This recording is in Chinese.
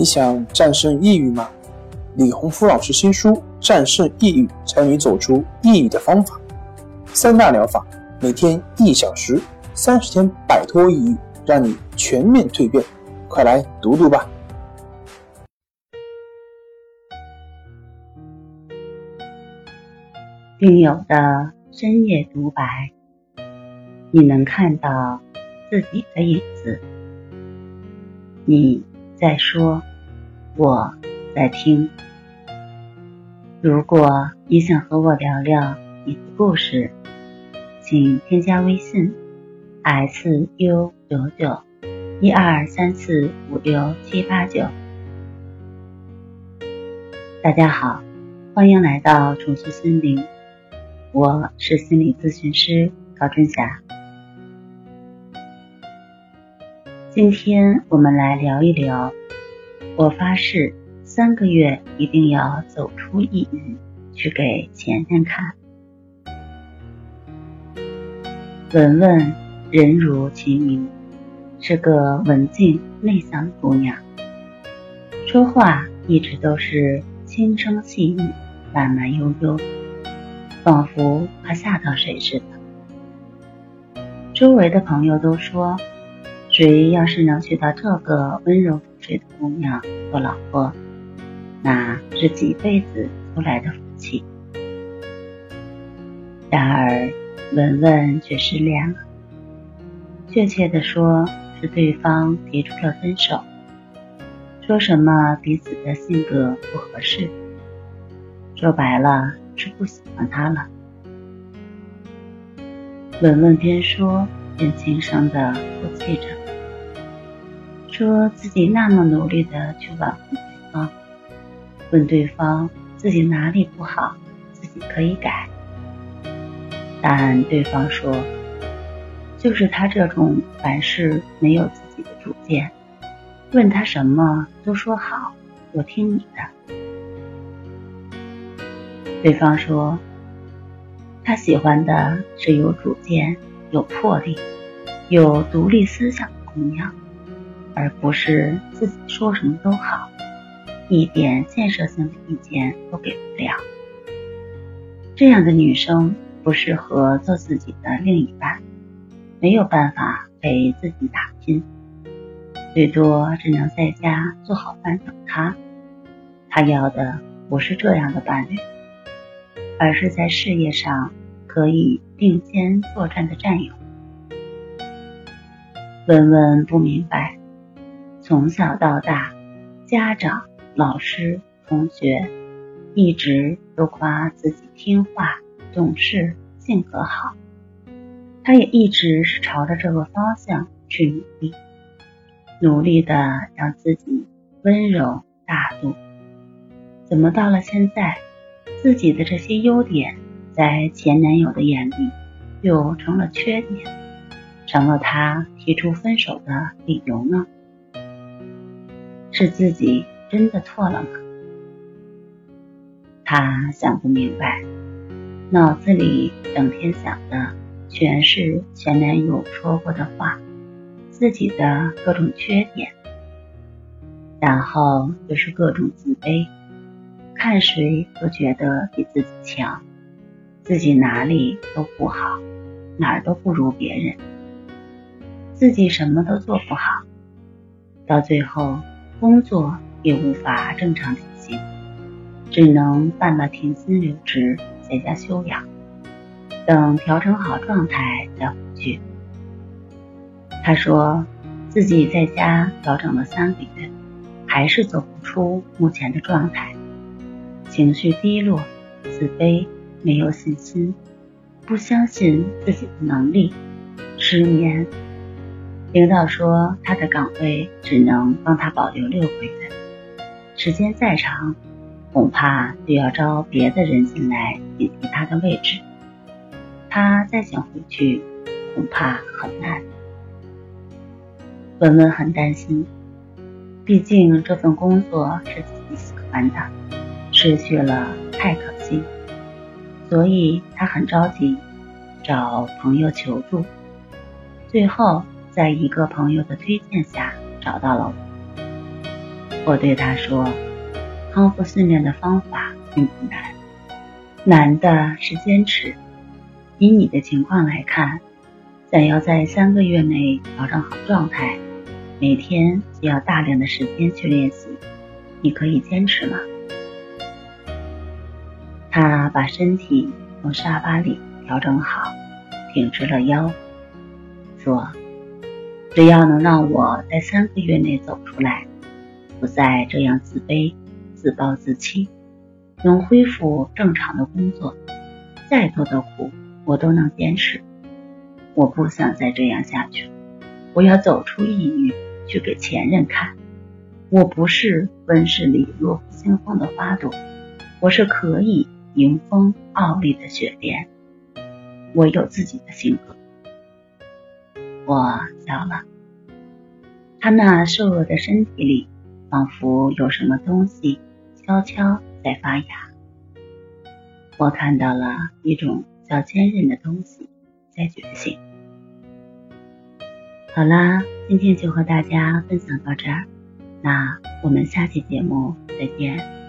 你想战胜抑郁吗？李洪福老师新书《战胜抑郁，教你走出抑郁的方法》，3大疗法，每天1小时，30天摆脱抑郁，让你全面蜕变。快来读读吧。 病友的深夜独白，你能看到自己的影子。你在说，我在听。如果你想和我聊聊你的故事，请添加微信 SU991234567889。大家好，欢迎来到重塑心灵，我是心理咨询师高春霞。今天我们来聊一聊，我发誓3个月一定要走出抑郁，去给前任看。文文人如其名，是个文静内向的姑娘，说话一直都是轻声细语，慢慢悠悠，仿佛怕吓到谁似的。周围的朋友都说，谁要是能娶到这个温柔服水的姑娘做老婆，那是几辈子修来的福气。然而文文却失恋了，确切地说是对方提出了分手，说什么彼此的性格不合适，说白了是不喜欢他了。文文边说边轻声地哭泣着，说自己那么努力地去挽回对方，问对方自己哪里不好，自己可以改。但对方说，就是他这种凡事没有自己的主见，问他什么都说好，我听你的。对方说，他喜欢的是有主见、有魄力、有独立思想的姑娘，而不是自己说什么都好，一点建设性的意见都给不了。这样的女生不适合做自己的另一半，没有办法陪自己打拼，最多只能在家做好饭等他。他要的不是这样的伴侣，而是在事业上可以并肩作战的战友。文文不明白，从小到大，家长、老师、同学一直都夸自己听话、懂事、性格好，他也一直是朝着这个方向去努力的让自己温柔大度。怎么到了现在，自己的这些优点在前男友的眼里又成了缺点，成了他提出分手的理由呢？是自己真的错了吗？他想不明白，脑子里整天想的全是前男友说过的话，自己的各种缺点，然后就是各种自卑，看谁都觉得比自己强，自己哪里都不好，哪儿都不如别人，自己什么都做不好，到最后工作也无法正常进行，只能办了停薪留职，在家休养，等调整好状态再回去。他说自己在家调整了3个月，还是走不出目前的状态，情绪低落，自卑，没有信心，不相信自己的能力，失眠。领导说他的岗位只能帮他保留6个月，时间再长，恐怕就要招别的人进来顶替他的位置，他再想回去恐怕很难。文文很担心，毕竟这份工作是自己喜欢的，失去了太可惜，所以他很着急，找朋友求助，最后在一个朋友的推荐下找到了我。 我对他说，康复训练的方法并不难，难的是坚持。以你的情况来看，想要在3个月内调整好状态，每天需要大量的时间去练习，你可以坚持吗？他把身体从沙发里调整好，挺直了腰，说，只要能让我在3个月内走出来，不再这样自卑、自暴自弃，能恢复正常的工作，再多的苦我都能坚持。我不想再这样下去，我要走出抑郁，去给前任看。我不是温室里落不兴风的花朵，我是可以迎风傲立的雪莲。我有自己的性格。我笑了，他那瘦弱的身体里仿佛有什么东西悄悄在发芽。我看到了一种较坚韧的东西在觉醒。好啦，今天就和大家分享到这儿，那我们下期节目再见。